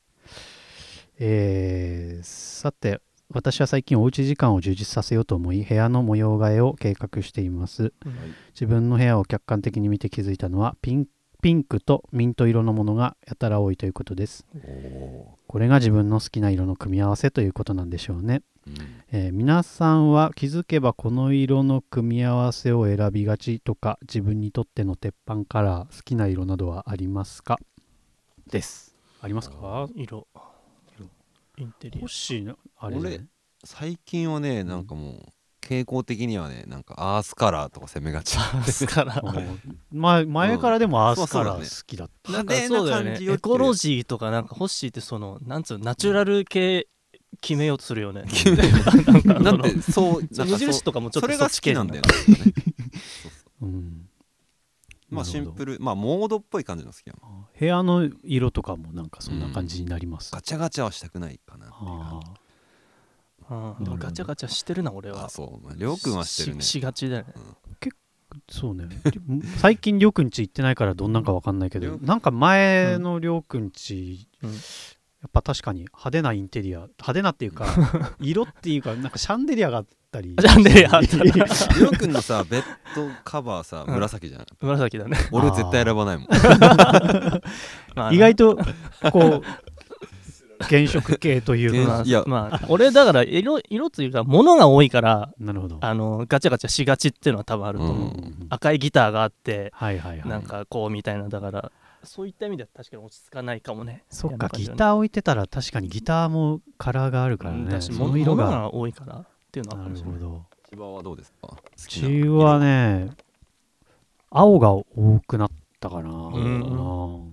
Speaker 2: えーさて私は最近おうち時間を充実させようと思い部屋の模様替えを計画しています自分の部屋を客観的に見て気づいたのはピンピンクとミント色のものがやたら多いということです。これが自分の好きな色の組み合わせということなんでしょうね。
Speaker 1: うん
Speaker 2: えー皆さんは気づけばこの色の組み合わせを選びがちとか自分にとっての鉄板カラー好きな色などはありますかです。ありますか
Speaker 3: 色インテリ
Speaker 2: 欲しいなあれじゃない
Speaker 1: 俺最近はねなんかもう傾向的にはねなんかアースカラーとか攻めがち
Speaker 3: アスカラー
Speaker 2: うん前前からでもアースカラー
Speaker 1: そうそうだね
Speaker 2: 好きだった。
Speaker 3: なんかそうだよねエコロジーとかなんか欲しいってそのなんつうのナチュラル系決めようとするよね
Speaker 1: 決め
Speaker 3: なんか
Speaker 1: なんてそう
Speaker 3: その無
Speaker 1: なんかそう
Speaker 3: 印とかもちょっと
Speaker 1: それが好きなんだよ
Speaker 3: そっち
Speaker 1: ね
Speaker 2: うん
Speaker 1: まあシン
Speaker 2: ル
Speaker 1: プルまあモードっぽい感じの好きやもん
Speaker 2: 部屋の色とかもなんかそんな感じになります。
Speaker 1: ガチャガチャはしたくないかなっていう感じ
Speaker 2: あ
Speaker 3: うんでもガチャガチャしてるな俺は
Speaker 1: あそうまありょうくんはしてるね
Speaker 3: ししがちだよね
Speaker 2: そうね最近りょうくんち行ってないからどんなんか分かんないけど、なんか前のりょうくんち、うん、やっぱ確かに派手なインテリア派手なっていうか色っていうかなんかシャンデリアがあったり
Speaker 3: シャンデリアあった
Speaker 1: りょうくんのさベッドカバーさ紫じゃん、
Speaker 3: うん、紫だね
Speaker 1: 俺絶対選ばないもん
Speaker 2: まあ、意外とこう原色系というか、
Speaker 3: いやまあ俺だから色色というか物が多いから、
Speaker 2: なるほど、
Speaker 3: あのガチャガチャしがちっていうのは多分あると思う、うん、赤いギターがあって、
Speaker 2: はいはいはい、
Speaker 3: なんかこうみたいな、だからそういった意味では確かに落ち着かないかもね。
Speaker 2: そっか、ギター置いてたら確かにギターもカラーがあるからね、うん、
Speaker 3: その色が多いからっていうのはある。
Speaker 2: なるほど。
Speaker 1: 千葉はどうですか？
Speaker 2: 千葉はね、青が多くなったかな、うん、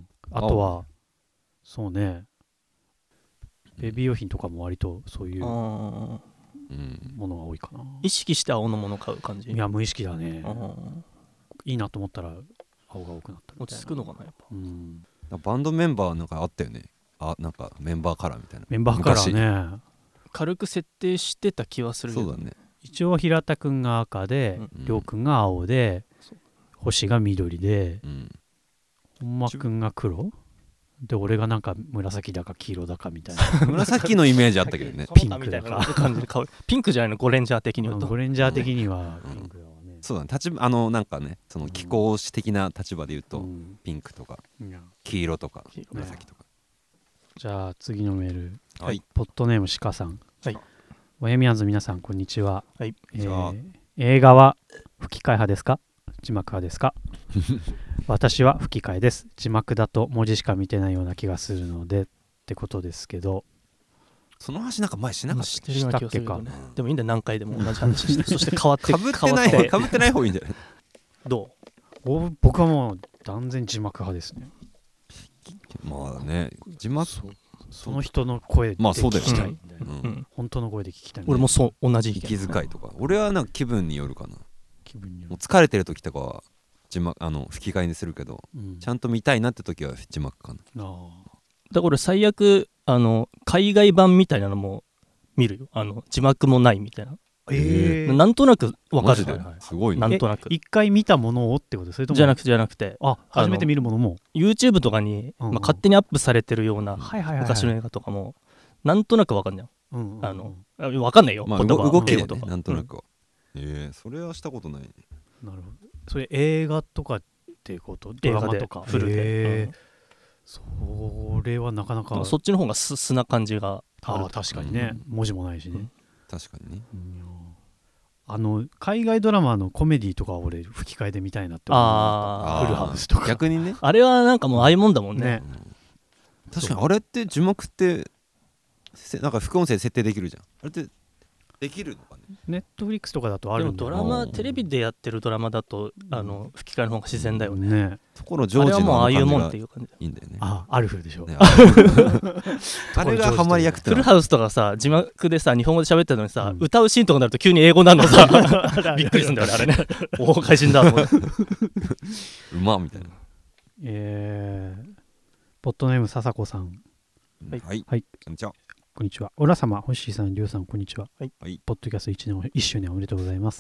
Speaker 2: あとはそうね、ベビー用品とかも割とそういうものが多いかな。
Speaker 3: 意識して青のもの買う感じ？
Speaker 2: いや無意識だね。いいなと思ったら青が多くなったみたいな。
Speaker 3: 落ち着くのかなやっぱ、うん、
Speaker 1: バンドメンバーなんかあったよね。あ、なんかメンバーカラーみたいな。
Speaker 2: メンバーカラーね、
Speaker 3: 軽く設定してた気はするけど。
Speaker 1: そうだね。
Speaker 2: 一応平田くんが赤で、りょうくんが青で、星が緑で、うん、本間くんが黒で、俺がなんか紫だか黄色だかみたいな
Speaker 1: 紫のイメージあったけどね。
Speaker 2: ピンクだか
Speaker 3: ピンクじゃないの、ゴレンジャー的に言うと。
Speaker 2: ゴレンジャー的にはピンクだわね、
Speaker 1: うん、そうだね。立場あのなんかね、その気候史的な立場で言うと、うん、ピンクとか、うん、黄色とか紫とか、ね、
Speaker 2: じゃあ次のメール、
Speaker 1: はい、
Speaker 2: ポッドネームシカさん、
Speaker 3: はい、
Speaker 2: ボヘミアンズ皆さんこんにちは、
Speaker 3: はい、
Speaker 2: えー、映画は吹き替え派ですか字幕派ですか私は吹き替えです。字幕だと文字しか見てないような気がするのでってことですけど、
Speaker 1: その話なんか前しなかった
Speaker 3: っけ、したっけか、ね、でもいいんだよ、何回でも同じ話してそして変わって
Speaker 1: かぶってないかぶってない方がいいんじゃない
Speaker 3: ど
Speaker 2: う？僕はもう断然字幕派ですね。
Speaker 1: まあね、字幕
Speaker 2: そ, その人の声で聞きたいみたいな、まあうん、本当の声で聞きたい、ね、
Speaker 3: 俺もそう同じ意見。
Speaker 1: 息遣いとか俺はなんか気分によるかな。気分による。もう疲れてる時とかは字幕あの吹き替えにするけど、うん、ちゃんと見たいなって時は字幕かな。あ
Speaker 3: だから俺最悪あの海外版みたいなのも見るよ、あの字幕もないみたいな。
Speaker 2: えー、
Speaker 3: なんとなく分かる。
Speaker 1: すごいね。
Speaker 3: なんとなく
Speaker 2: 一回見たものをってこと？それとも
Speaker 3: じゃなくてじゃなくて
Speaker 2: あ初めて見るものも
Speaker 3: YouTube とかに、うんうんまあ、勝手にアップされてるような昔の映画とかもなんとなく分かんないよ、うんうんうん、あの分かんないよ、
Speaker 1: まあ、言葉動きでね、なんとなくは、うん、えー、それはしたことないね。
Speaker 2: なるほど。それ映画とかってことドラマとか
Speaker 3: フルで、えーうん、
Speaker 2: それはなかなか
Speaker 3: そっちの方が素素な感じがある。
Speaker 2: あ確かにね、うん、文字もないしね、うん、
Speaker 1: 確かにね、うん、
Speaker 2: あの海外ドラマのコメディとか俺吹き替えで見たいなって思う。あフルハウスとか
Speaker 1: 逆にね、
Speaker 3: あれはなんかもうああいうもんだもんね、ね、
Speaker 1: うん、確かにあれって字幕ってなんか副音声設定できるじゃん。あれってできるのかね。
Speaker 2: ネットフリックスとかだとあるんだ。
Speaker 3: でもドラマテレビでやってるドラマだと、うん、あの吹き替えの方が自然だよね。
Speaker 2: ね
Speaker 1: そこのジョージの
Speaker 3: あれはもうああいうもんっていう感じ
Speaker 1: いいんだよね。
Speaker 2: あアルフでしょ、ね、
Speaker 1: あれがハマり役って
Speaker 3: フルハウスとかさ字幕でさ日本語で喋ってるのにさ、うん、歌うシーンとかになると急に英語になるのさびっくりするんだよねあれね。大怪人だと思って
Speaker 1: うまみたいな。
Speaker 2: えー、ポッドネーム笹子さん、
Speaker 1: はい、はい、
Speaker 2: はい、
Speaker 1: こんにちは。
Speaker 2: こんにちは。オラ様、ホッシーさん、リュウさん、こんにちは。
Speaker 3: はい。
Speaker 2: ポッドキャストいちねん、いっしゅうねんおめでとうございます。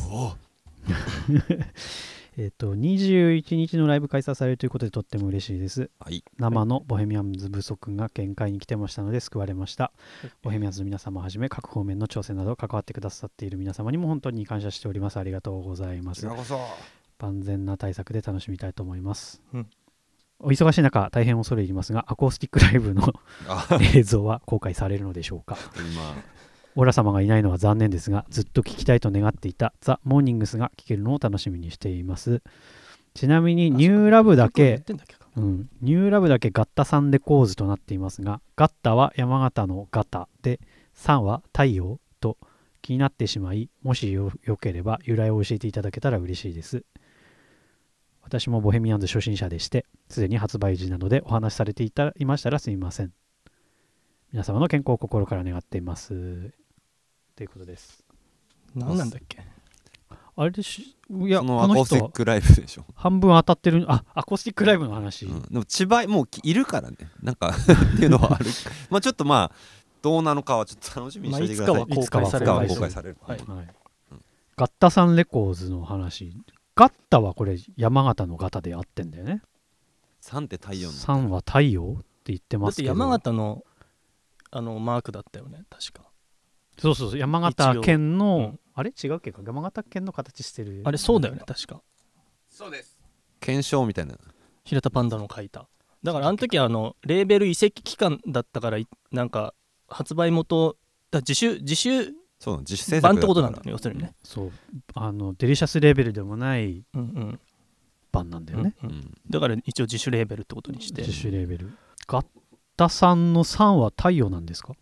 Speaker 2: えっと、にじゅういちにちのライブ開催されるということでとっても嬉しいです。
Speaker 1: はい。
Speaker 2: 生のボヘミアンズ不足が見解に来てましたので救われました。はい、ボヘミアンズの皆様はじめ各方面の挑戦など関わってくださっている皆様にも本当に感謝しております。ありがとうございます。
Speaker 1: こちらこそ。
Speaker 2: 万全な対策で楽しみたいと思います。
Speaker 3: うん
Speaker 2: お忙しい中大変恐れ入りますがアコースティックライブの映像は公開されるのでしょうか。オラ様がいないのは残念ですがずっと聞きたいと願っていたザ・モーニングスが聞けるのを楽しみにしています。ちなみにニューラブだけうん、ニューラブだけガッタさんで構図となっていますがガッタは山形のガタでさんは太陽と気になってしまいもし よ, よければ由来を教えていただけたら嬉しいです。私もボヘミアンズ初心者でしてすでに発売時なのでお話しされていたいましたらすみません。皆様の健康を心から願っていますということです。
Speaker 3: 何なんだっけ
Speaker 2: あれでしいや
Speaker 1: そのアコースティックライブでしょ。
Speaker 2: 半分当たってる。あアコースティックライブの話、
Speaker 1: うん、でも千葉もういるからねなんかっていうのはあるまあちょっとまあどうなのかはちょっと楽しみにしておいてください。
Speaker 3: まあ、いつかは公開される。
Speaker 1: いつかは公開される、
Speaker 3: はい
Speaker 1: はい、
Speaker 2: ガッタさんレコーズの話ガッタはこれ山形のガタで合ってんだよね。
Speaker 1: さんって太陽の
Speaker 2: さんは太陽って言って
Speaker 3: だって
Speaker 2: ますけど、
Speaker 3: 山形のあのマークだったよね確か。
Speaker 2: そうそうそう、山形県の、
Speaker 3: うん
Speaker 2: あれ違うっけか、山形県の形してる。
Speaker 3: あれそうだよね確か。
Speaker 4: そうです。
Speaker 1: 検証みたいな。
Speaker 3: 平田パンダの書いた。だからあの時あのレーベル移籍期間だったからいなんか発売元だ自主自主
Speaker 1: そう自主制作
Speaker 3: 版ってことなんだよね要するにね。
Speaker 2: そう、あのデリシャスレーベルでもない
Speaker 3: うんうん
Speaker 2: 版なんだよね。
Speaker 3: うんうん
Speaker 1: うん
Speaker 3: だから一応自主レーベルってことにして。
Speaker 2: 自主レーベル。ガッタさんのさんは太陽なんですか？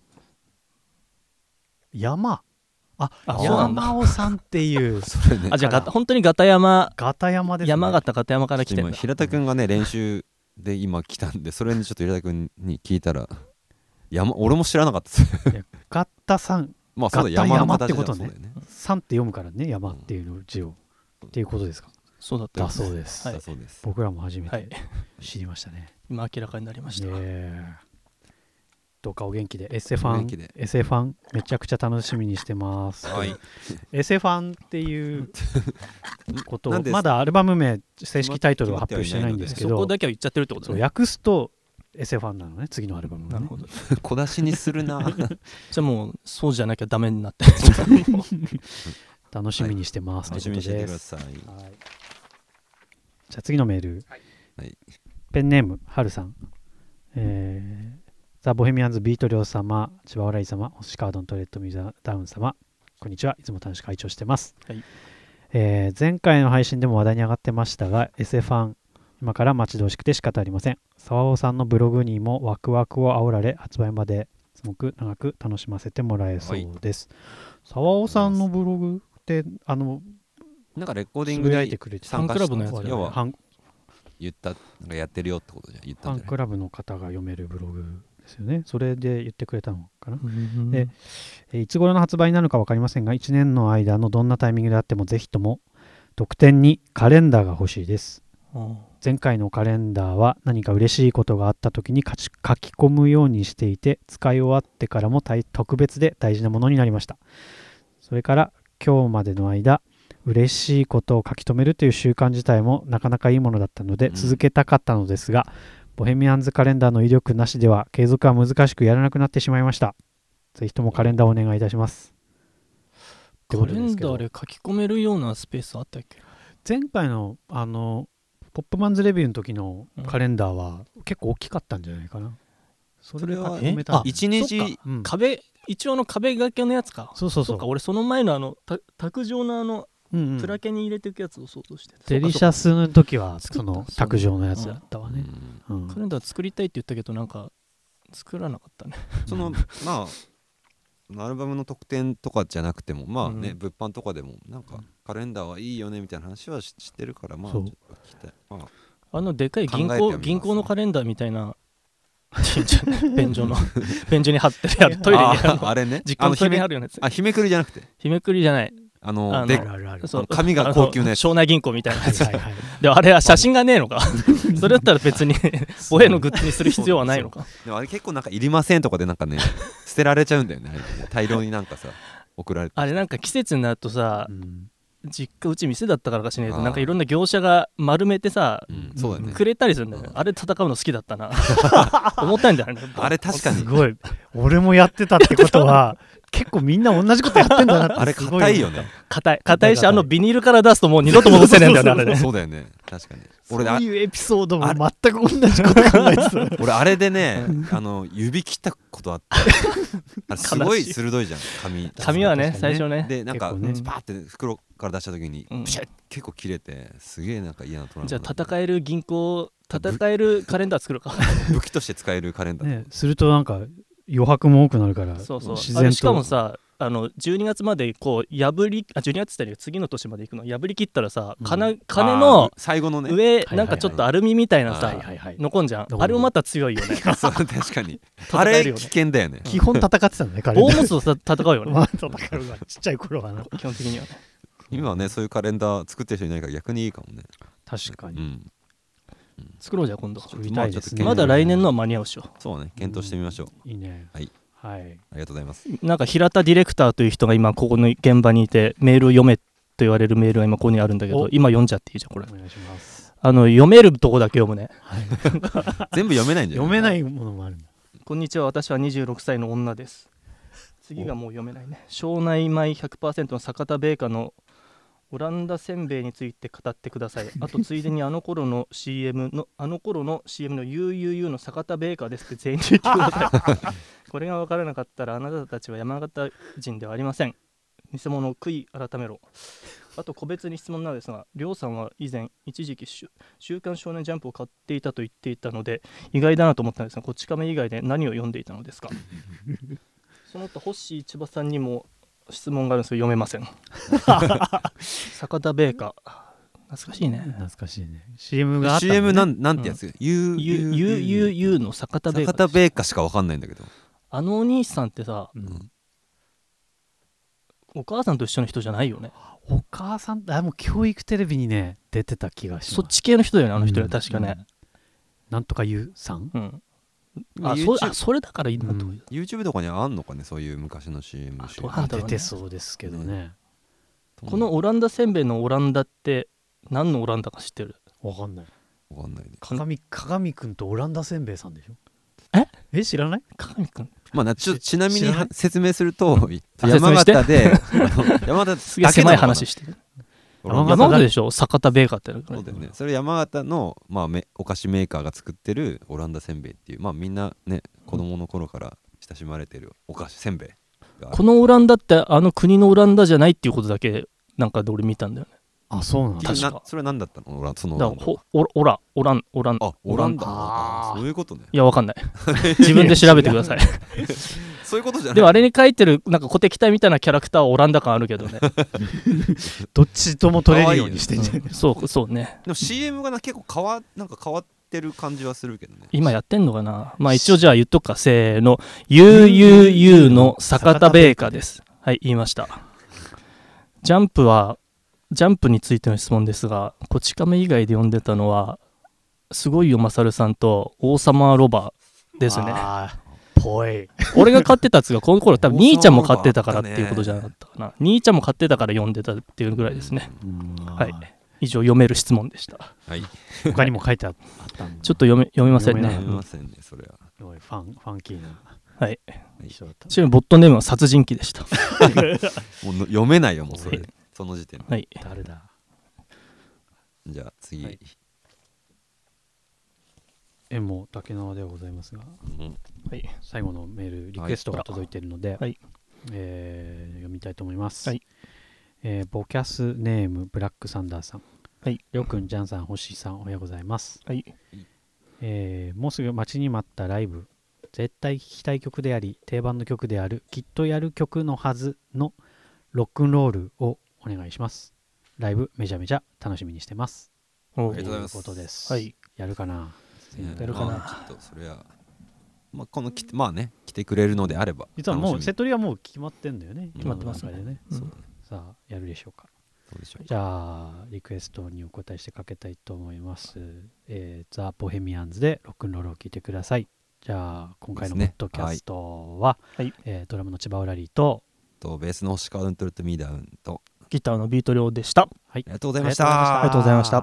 Speaker 2: 山。あ、
Speaker 3: あそうなんだ。
Speaker 2: 山尾さんっていう
Speaker 1: それね
Speaker 3: あじゃあガタ本当にガタ山
Speaker 2: ガタ山ですね。
Speaker 3: 山形ガタ山から来て
Speaker 1: 今
Speaker 3: るんだ。
Speaker 1: 平田くんがね練習で今来たんで、それにちょっと平田くんに聞いたら山俺も知らなかったです
Speaker 2: いやガッタさん、
Speaker 1: まあそうだ
Speaker 2: ガッタ
Speaker 1: 山の
Speaker 2: 山って
Speaker 1: 形
Speaker 2: ことね
Speaker 1: だそうだよね。
Speaker 2: さんって読むからね、山っていうの字を、っていうことですか？
Speaker 3: そうだったよ
Speaker 2: だそうです。
Speaker 3: はい
Speaker 1: だそうです。
Speaker 2: 僕らも初め
Speaker 3: はい
Speaker 2: て知りましたね。
Speaker 3: 今明らかになりました。
Speaker 2: えーどうかお元気で。エセファン
Speaker 1: お元気で、
Speaker 2: エセファンめちゃくちゃ楽しみにしてます。
Speaker 1: はい
Speaker 2: エセファンっていうこと
Speaker 1: なんで
Speaker 2: をまだアルバム名正式タイトルは発表してないんですけ
Speaker 3: そこ
Speaker 2: ど、
Speaker 3: だけは言っちゃってるってことね。
Speaker 2: そう訳すとエセファンなのね、次のアルバムがね。
Speaker 3: なるほど。
Speaker 1: 小出しにするな
Speaker 3: じゃあもうそうじゃなきゃダメになって
Speaker 2: 楽しみにしてます、
Speaker 1: 楽しみにしててください。
Speaker 2: はい、じゃあ次のメール、
Speaker 1: はい
Speaker 2: ペンネームはるさん、えーザ・ボヘミアンズ・ビートリョー様、千葉笑い様、星川ドントレッド・ミザ・ダウン様、こんにちは。いつも楽しく拝聴してます、
Speaker 3: はい
Speaker 2: えー前回の配信でも話題に上がってましたが エスエフ ファン、今から待ち遠しくて仕方ありません。沢尾さんのブログにもワクワクを煽られ、発売まですごく長く楽しませてもらえそうです。沢尾さんのブログってあの
Speaker 1: なんかレコーディ
Speaker 2: つぶ
Speaker 1: ングで
Speaker 2: やいてくれて
Speaker 1: 参加した
Speaker 3: ファンクラブのやつ
Speaker 1: 要は
Speaker 2: ファン
Speaker 1: 言ったなんかやってるよってことじゃん言っ
Speaker 2: フ
Speaker 1: たんじゃない
Speaker 2: ァンクラブの方が読めるブログですよね。それで言ってくれたのかな。
Speaker 3: うん
Speaker 2: でえーいつ頃の発売になるか分かりませんが、いちねんの間のどんなタイミングであってもぜひとも特典にカレンダーが欲しいです。
Speaker 3: うん
Speaker 2: 前回のカレンダーは何か嬉しいことがあった時に書き書き込むようにしていて、使い終わってからも大特別で大事なものになりました。それから今日までの間、嬉しいことを書き留めるという習慣自体もなかなかいいものだったので
Speaker 1: うん
Speaker 2: 続けたかったのですが、ボヘミアンズカレンダーの威力なしでは継続は難しくやらなくなってしまいました。ぜひともカレンダーをお願いいたします。って
Speaker 3: カレン
Speaker 2: ことですけど
Speaker 3: ダーで書き込めるようなスペースあったっけ？
Speaker 2: 前回のあのポップマンズレビューの時のカレンダーは結構大きかったんじゃないかな。それで
Speaker 1: それは
Speaker 2: 書き込めたんだ
Speaker 3: え
Speaker 1: 一日
Speaker 3: そっか
Speaker 2: うん
Speaker 3: 壁一応あの壁掛けのやつか。
Speaker 2: そうそうそう
Speaker 3: っか俺その前のあのた卓上のあの
Speaker 2: うんうん
Speaker 3: プラケに入れていくやつを想像してた。
Speaker 2: デリシャスの時は
Speaker 3: 作った
Speaker 2: その卓上のやつだったわね。
Speaker 1: うん
Speaker 2: うん
Speaker 3: カレンダー作りたいって言ったけどなんか作らなかったね。
Speaker 1: そのまあアルバムの特典とかじゃなくてもまあね、
Speaker 3: うん
Speaker 1: 物販とかでもなんかカレンダーはいいよねみたいな話はし知ってるからまあち
Speaker 2: そう
Speaker 1: ょっと聞きたい、まあ、
Speaker 3: あのでかい銀行
Speaker 1: 考えてはみます
Speaker 3: 銀行のカレンダーみたいな便所の便所に貼ってるやつトイレにある
Speaker 1: ああれね
Speaker 3: 実家のトイレに
Speaker 1: あ
Speaker 3: あるようなやつ。
Speaker 1: あ日めくりじゃなくて
Speaker 3: 日めくりじゃない。
Speaker 1: あの
Speaker 3: あの
Speaker 1: で
Speaker 2: あるあるある。
Speaker 3: そう
Speaker 1: 紙が高級なやつ
Speaker 3: あの湘南銀行みたいなやつ。
Speaker 2: はいはいはい。
Speaker 3: でもあれは写真がねえのか。それだったら別にボヘのグッズにする必要はないのか。
Speaker 1: でもあれ結構なんかいりませんとかでなんかね捨てられちゃうんだよねあれね大量になんかさ送られて
Speaker 3: あれなんか季節になるとさ
Speaker 2: う、ん
Speaker 3: 実家うち店だったからかしないと
Speaker 1: あー
Speaker 3: なんかいろんな業者が丸めてさ、
Speaker 1: うんそうだよね
Speaker 3: くれたりするんだよね。
Speaker 1: うん
Speaker 3: あれ戦うの好きだったな。重たいんだよね。
Speaker 1: あれ確かに
Speaker 2: すごい。俺もやってたってことは結構みんな同じことやってんだなって。
Speaker 1: あれ
Speaker 2: すご
Speaker 1: 硬いよね
Speaker 3: 硬い硬いし
Speaker 2: 硬い
Speaker 3: あのビニールから出すともう二度と戻せねえんだよねあれね。
Speaker 1: そうだよね確かに俺あ
Speaker 2: そういうエピソードも
Speaker 1: あ
Speaker 2: 全く同じこと考えてた。
Speaker 1: 俺あれでねあの指切ったことあってあれすごい鋭いじゃん紙
Speaker 3: 紙はね
Speaker 2: 確かにね
Speaker 3: 最初ね。
Speaker 1: でなんか
Speaker 2: 結構ね
Speaker 1: スパーって袋から出した時に
Speaker 3: うん
Speaker 1: プシャッ結構切れてすげえなんか嫌なトラウマ
Speaker 3: じゃあ戦える銀行戦えるカレンダー作るか。
Speaker 1: 武器として使えるカレンダー
Speaker 2: ね、するとなんか余白も多くなるから
Speaker 3: そうそう
Speaker 2: 自然と
Speaker 3: あれしかもさあのじゅうにがつまでこう破りあじゅうにがつって言ったら次の年まで行くの破り切ったらさ、
Speaker 2: うん
Speaker 3: 金金
Speaker 1: あ
Speaker 3: の
Speaker 1: ー最後のね
Speaker 3: 上
Speaker 2: はいはい
Speaker 3: なんかちょっとアルミみたいな
Speaker 1: はい
Speaker 3: さ
Speaker 2: はいはいはい
Speaker 3: 残んじゃん。
Speaker 2: どこ
Speaker 3: あれもまた強いよね。
Speaker 1: そう確かに
Speaker 3: 戦
Speaker 1: あ
Speaker 2: え
Speaker 3: るよね
Speaker 1: れ危険だよね
Speaker 2: 基本戦ってたのね彼
Speaker 3: 大持つとさ戦うよね。
Speaker 2: まあ戦うわちっちゃい頃はな。
Speaker 3: 基本的にはね。
Speaker 1: 今はねそういうカレンダー作ってる人いないから逆にいいかもね
Speaker 2: 確かに
Speaker 1: うん
Speaker 3: 作ろうじゃあ今度。
Speaker 2: 作りたいですね。
Speaker 3: まだ来年のは間に合うっしょ。
Speaker 1: そうね検討してみましょう
Speaker 2: いいね。
Speaker 1: はい
Speaker 2: はい。
Speaker 1: ありがとうございます
Speaker 3: なんか平田ディレクターという人が今ここの現場にいてメールを読めって言われるメールが今ここにあるんだけど、
Speaker 2: お
Speaker 3: 今読んじゃっていいじゃんこれ。
Speaker 2: お願いします。
Speaker 3: あの読めるとこだけ読むね。
Speaker 1: 全部読めないんじゃない？
Speaker 2: 読めないものもあるんだ。
Speaker 3: こんにちは、私はにじゅうろくさいの女です。次がもう読めないね。庄内米 ひゃくパーセント の酒田米菓のオランダせんべいについて語ってください。あとついでにあの頃の シーエム のあの頃の シーエム の ユーユーユー の酒田米菓ですって全員に言ってください。これが分からなかったらあなたたちは山形人ではありません。偽物を悔い改めろ。あと個別に質問なんですが、りょうさんは以前一時期週刊少年ジャンプを買っていたと言っていたので意外だなと思ったんですが、こち亀以外で何を読んでいたのですか？その他ホッシー千葉さんにも質問があるんですけど読めません。酒田米菓懐かしいね。
Speaker 2: 懐かしいね。 シーエム があったんだね。
Speaker 1: シーエム なんなんてやつ？
Speaker 3: うん、
Speaker 1: ユー
Speaker 3: ユーユーユー の酒田米菓。
Speaker 1: 酒田米菓しかわかんないんだけど、
Speaker 3: あのお兄さんってさ、
Speaker 2: うん、
Speaker 3: お母さんと一緒の人じゃないよね。
Speaker 2: お母さん、あ、もう教育テレビにね出てた気がします。
Speaker 3: そっち系の人だよね、あの人は、
Speaker 2: うん、
Speaker 3: 確かね、
Speaker 2: うん、なんとかゆうさん、
Speaker 3: うん、あ、
Speaker 1: YouTube、
Speaker 3: そあそれだからいいなと思う、うん、
Speaker 1: YouTube とかにあんのかね、そういう昔の シーエム。
Speaker 3: どうなんだろうね。
Speaker 2: 出てそうですけどね。
Speaker 3: このオランダせんべいのオランダって何のオランダか知ってる？
Speaker 2: わかんない。
Speaker 1: わかんないね。
Speaker 2: 鏡鏡くんとオランダせんべいさんでしょ。
Speaker 3: え
Speaker 2: え知らない？
Speaker 3: 鏡くん、
Speaker 1: まあ、なちょちなみに
Speaker 2: 知らない
Speaker 1: 説明すると
Speaker 3: あ
Speaker 1: 山形で山形
Speaker 3: すげえ狭い話してる。
Speaker 1: 山形
Speaker 3: 山形でしょ、酒田米菓ってあるから。
Speaker 1: そうだよね。それ山形の、まあ、めお菓子メーカーが作ってるオランダせんべいっていう、まあみんなね子供の頃から親しまれてるお菓子せんべいがある。
Speaker 3: このオランダってあの国のオランダじゃないっていうことだけなんかで俺見たんだよね。
Speaker 2: あ、そうなんだ。
Speaker 3: 確か
Speaker 1: なそれは何だったの？オラそのオ
Speaker 3: だ
Speaker 1: ランダ
Speaker 3: からほオオラオランオラン
Speaker 1: あオランダ
Speaker 2: あ
Speaker 1: そういうことね。
Speaker 3: いやわかんない。自分で調べてください。
Speaker 1: そういうことじゃない。
Speaker 3: でもあれに書いてるなんか小敵隊みたいなキャラクターはオランダ感あるけどね。
Speaker 2: どっちとも取れるようにしてんじゃん。
Speaker 3: うん、そうそうね。
Speaker 1: でも シーエム がな結構変わなんか変わってる感じはするけどね。
Speaker 3: 今やってんのかな。まあ一応じゃあ言っとくか。せーの ユーユーユー の酒田米菓です。はい言いました。ジャンプはジャンプについての質問ですが、こち亀以外で読んでたのはすごいよまさるさんと王様ロバですね。
Speaker 2: あーぽい。
Speaker 3: 俺が買ってたやつがこの頃多分兄ちゃんも買ってたからっていうことじゃなかったかな。兄ちゃんも買ってたから読んでたっていうぐらいですね。はい。以上読める質問でした。
Speaker 1: はい。
Speaker 2: 他にも書いてあったんだ。
Speaker 3: ちょっと読め読めませんね。
Speaker 1: 読めませんねそれは。
Speaker 2: ファンファンキーな。
Speaker 3: はい。
Speaker 2: 人だった。
Speaker 3: ちなみにボットネームは殺人鬼でした。
Speaker 1: もうの読めないよもうそれ。その時点で。
Speaker 3: はい。
Speaker 2: 誰だ。
Speaker 1: じゃあ次。はい、
Speaker 2: えもう竹縄ではございますが、
Speaker 1: うん、
Speaker 3: はい、
Speaker 2: 最後のメールリクエストが届いているので、
Speaker 3: はい
Speaker 2: えー、読みたいと思います。
Speaker 3: はい、
Speaker 2: えー、ボキャスネームブラックサンダーさん、
Speaker 3: はい、
Speaker 2: りょうくん、ジャンさん、星さん、おはようございます。
Speaker 3: はい、
Speaker 2: えー、もうすぐ待ちに待ったライブ、絶対聴きたい曲であり定番の曲である、きっとやる曲のはずのロックンロールをお願いします。ライブめちゃめちゃ楽しみにしてます。
Speaker 1: ありがとうございます。
Speaker 2: ということです。
Speaker 3: はい、
Speaker 2: やるかな。
Speaker 3: やるかな。
Speaker 1: まあ、ちょっとそれは、まあ、このきまあね来てくれるのであれば、
Speaker 2: 実はもうセトリはもう決まってんだよね。
Speaker 3: 決まってますね。
Speaker 2: ね、
Speaker 3: うん、
Speaker 2: そうさあやるでしょうか。
Speaker 1: そうでしょう。
Speaker 2: じゃあリクエストにお答えしてかけたいと思います。えー、ザ・ボヘミアンズでロックンロールを聴いてください。じゃあ今回のポッドキャストは、ね、はい、えー、ドラムの千葉浦リーと
Speaker 1: とベースの星川ウントルトミーダウンと
Speaker 3: ギターのビートリョウでした。はい、
Speaker 1: ありがとうございました。
Speaker 3: ありがとうございました。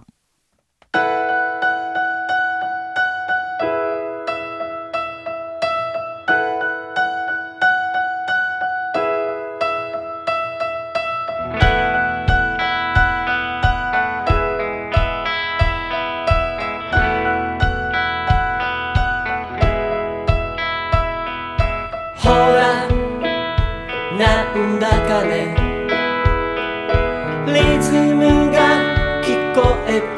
Speaker 5: ほらなんだかねリズムが聞こえて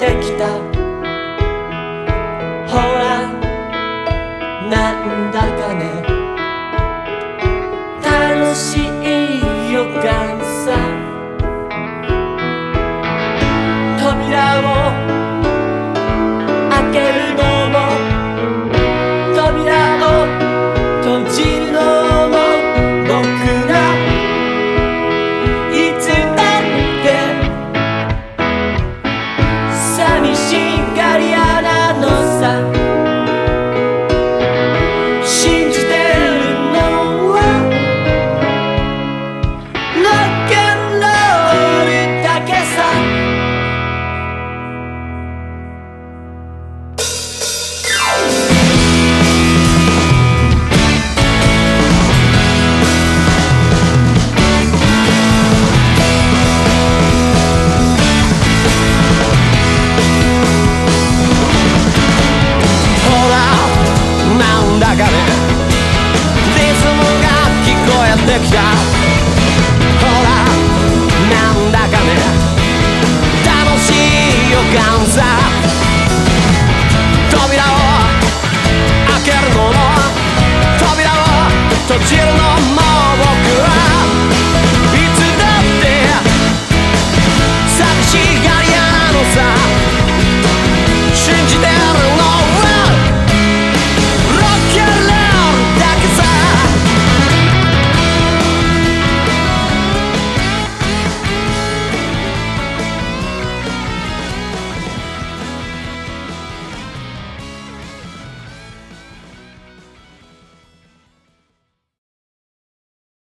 Speaker 6: なんさ扉を開けるのも扉を閉じるのも